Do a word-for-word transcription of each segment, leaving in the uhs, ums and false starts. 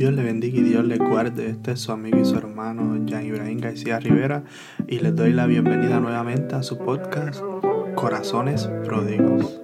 Dios le bendiga y Dios le guarde. Este es su amigo y su hermano Jan Ibrahim García Rivera y les doy la bienvenida nuevamente a su podcast Corazones Pródigos.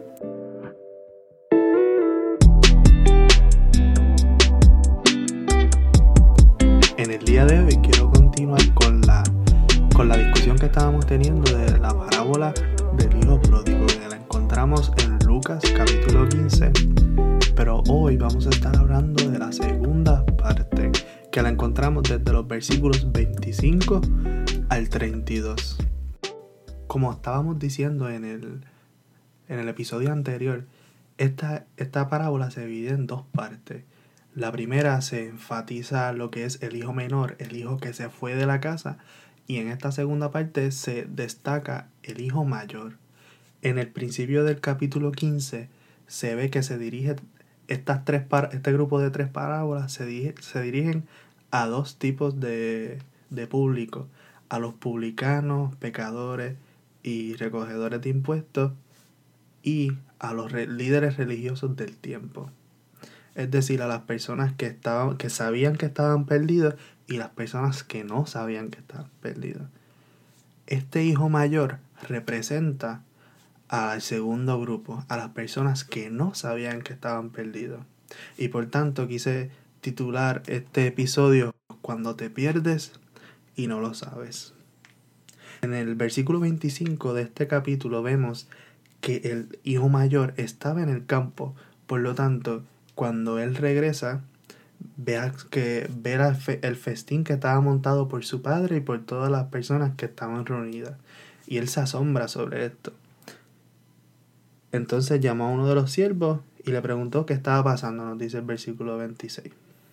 En el día de hoy quiero continuar con la, con la discusión que estábamos teniendo de la parábola del hijo pródigo, que la encontramos en Lucas capítulo quince. Pero hoy vamos a estar hablando de la segunda parte, que la encontramos desde los versículos veinticinco al treinta y dos. Como estábamos diciendo en el, en el episodio anterior, esta, esta parábola se divide en dos partes. La primera se enfatiza lo que es el hijo menor, el hijo que se fue de la casa, y en esta segunda parte se destaca el hijo mayor. En el principio del capítulo quince se ve que se dirige Estas tres par- este grupo de tres parábolas se, di- se dirigen a dos tipos de, de público: a los publicanos, pecadores y recogedores de impuestos, y a los re- líderes religiosos del tiempo. Es decir, a las personas que, estaban, que sabían que estaban perdidos y las personas que no sabían que estaban perdidos. Este hijo mayor representa al segundo grupo, a las personas que no sabían que estaban perdidos. Y por tanto quise titular este episodio Cuando te pierdes y no lo sabes. En el versículo veinticinco de este capítulo vemos que el hijo mayor estaba en el campo, por lo tanto, cuando él regresa, vea que verá el festín que estaba montado por su padre y por todas las personas que estaban reunidas. Y él se asombra sobre esto. Entonces llamó a uno de los siervos y le preguntó qué estaba pasando, nos dice el versículo veintiséis.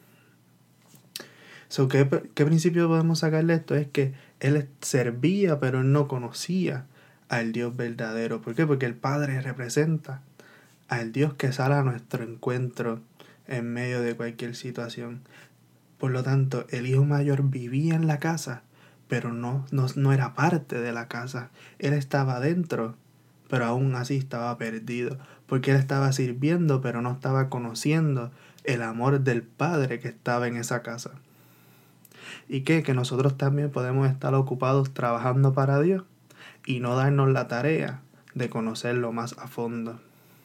So, ¿qué, ¿Qué principio podemos sacar de esto? Es que él servía, pero él no conocía al Dios verdadero. ¿Por qué? Porque el Padre representa al Dios que sale a nuestro encuentro en medio de cualquier situación. Por lo tanto, el hijo mayor vivía en la casa, pero no, no, no era parte de la casa. Él estaba dentro, pero aún así estaba perdido, porque él estaba sirviendo, pero no estaba conociendo el amor del Padre que estaba en esa casa. ¿Y qué? Que nosotros también podemos estar ocupados trabajando para Dios y no darnos la tarea de conocerlo más a fondo.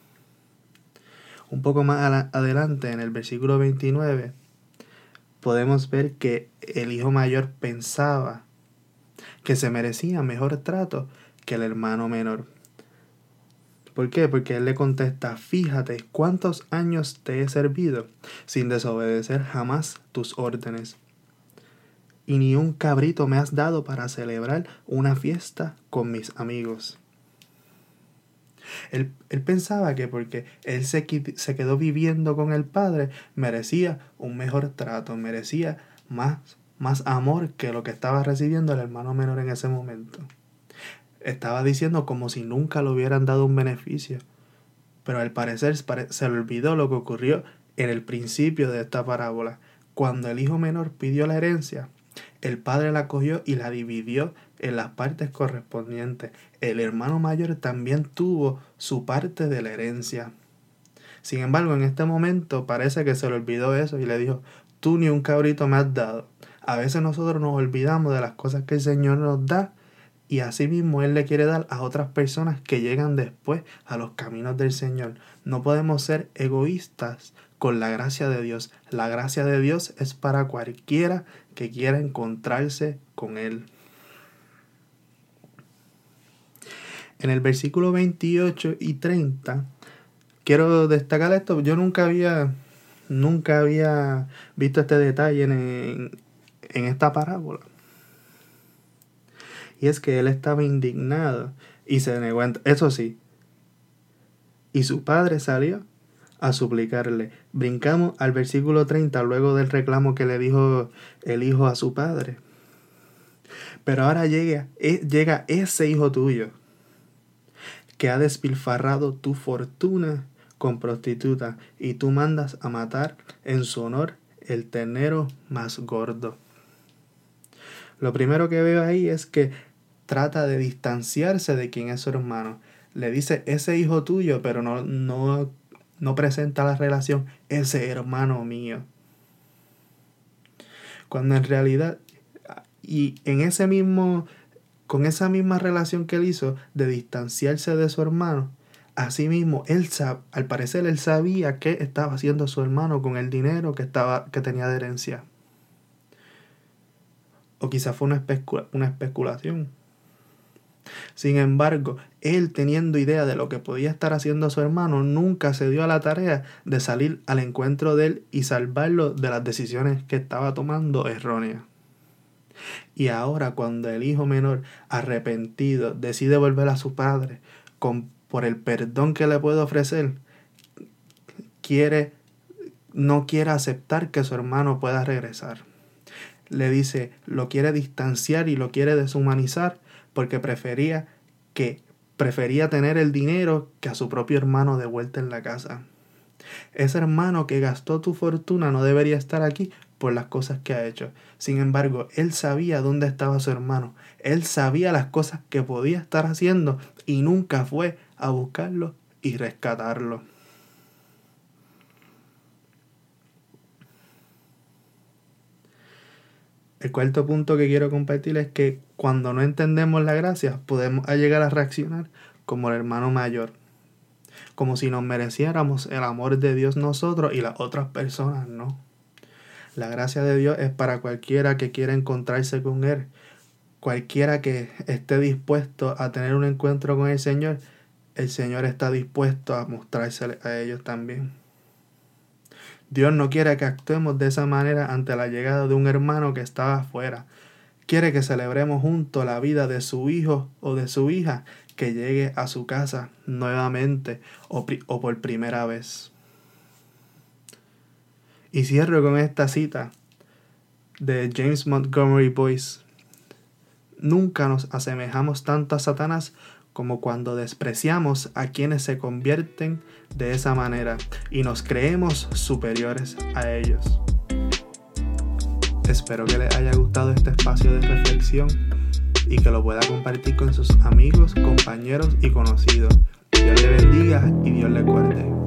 Un poco más adelante, en el versículo veintinueve, podemos ver que el hijo mayor pensaba que se merecía mejor trato que el hermano menor. ¿Por qué? Porque él le contesta: fíjate cuántos años te he servido sin desobedecer jamás tus órdenes. Y ni un cabrito me has dado para celebrar una fiesta con mis amigos. Él, él pensaba que porque él se, se quedó viviendo con el padre, merecía un mejor trato, merecía más, más amor que lo que estaba recibiendo el hermano menor en ese momento. Estaba diciendo como si nunca le hubieran dado un beneficio. Pero al parecer se le olvidó lo que ocurrió en el principio de esta parábola. Cuando el hijo menor pidió la herencia, el padre la cogió y la dividió en las partes correspondientes. El hermano mayor también tuvo su parte de la herencia. Sin embargo, en este momento parece que se le olvidó eso y le dijo: tú ni un cabrito me has dado. A veces nosotros nos olvidamos de las cosas que el Señor nos da, y así mismo Él le quiere dar a otras personas que llegan después a los caminos del Señor. No podemos ser egoístas con la gracia de Dios. La gracia de Dios es para cualquiera que quiera encontrarse con Él. En el versículo veintiocho y treinta, quiero destacar esto. Yo nunca había, nunca había visto este detalle en, en, en esta parábola. Y es que él estaba indignado y se negó. Eso sí. Y su padre salió a suplicarle. Brincamos al versículo treinta, luego del reclamo que le dijo el hijo a su padre. Pero ahora llega, llega ese hijo tuyo que ha despilfarrado tu fortuna con prostituta, y tú mandas a matar en su honor el ternero más gordo. Lo primero que veo ahí es que trata de distanciarse de quien es su hermano. Le dice ese hijo tuyo, pero no, no, no presenta la relación ese hermano mío. cuando en realidad, y en ese mismo, con esa misma relación que él hizo de distanciarse de su hermano, asimismo, él sab, al parecer él sabía qué estaba haciendo su hermano con el dinero que, estaba, que tenía de herencia. O quizás fue una, especula, una especulación. Sin embargo, él, teniendo idea de lo que podía estar haciendo su hermano, nunca se dio a la tarea de salir al encuentro de él y salvarlo de las decisiones que estaba tomando erróneas. Y ahora, cuando el hijo menor, arrepentido, decide volver a su padre con, por el perdón que le puede ofrecer, quiere, no quiere aceptar que su hermano pueda regresar. Le dice, lo quiere distanciar y lo quiere deshumanizar porque prefería que prefería tener el dinero que a su propio hermano de vuelta en la casa. Ese hermano que gastó tu fortuna no debería estar aquí por las cosas que ha hecho. Sin embargo, él sabía dónde estaba su hermano. Él sabía las cosas que podía estar haciendo y nunca fue a buscarlo y rescatarlo. El cuarto punto que quiero compartir es que cuando no entendemos la gracia, podemos llegar a reaccionar como el hermano mayor, como si nos mereciéramos el amor de Dios nosotros y las otras personas no. La gracia de Dios es para cualquiera que quiera encontrarse con Él, cualquiera que esté dispuesto a tener un encuentro con el Señor, el Señor está dispuesto a mostrársele a ellos también. Dios no quiere que actuemos de esa manera ante la llegada de un hermano que estaba afuera. Quiere que celebremos juntos la vida de su hijo o de su hija que llegue a su casa nuevamente o, pri- o por primera vez. Y cierro con esta cita de James Montgomery Boyce. Nunca nos asemejamos tanto a Satanás como cuando despreciamos a quienes se convierten de esa manera y nos creemos superiores a ellos. Espero que les haya gustado este espacio de reflexión y que lo pueda compartir con sus amigos, compañeros y conocidos. Dios le bendiga y Dios le guarde.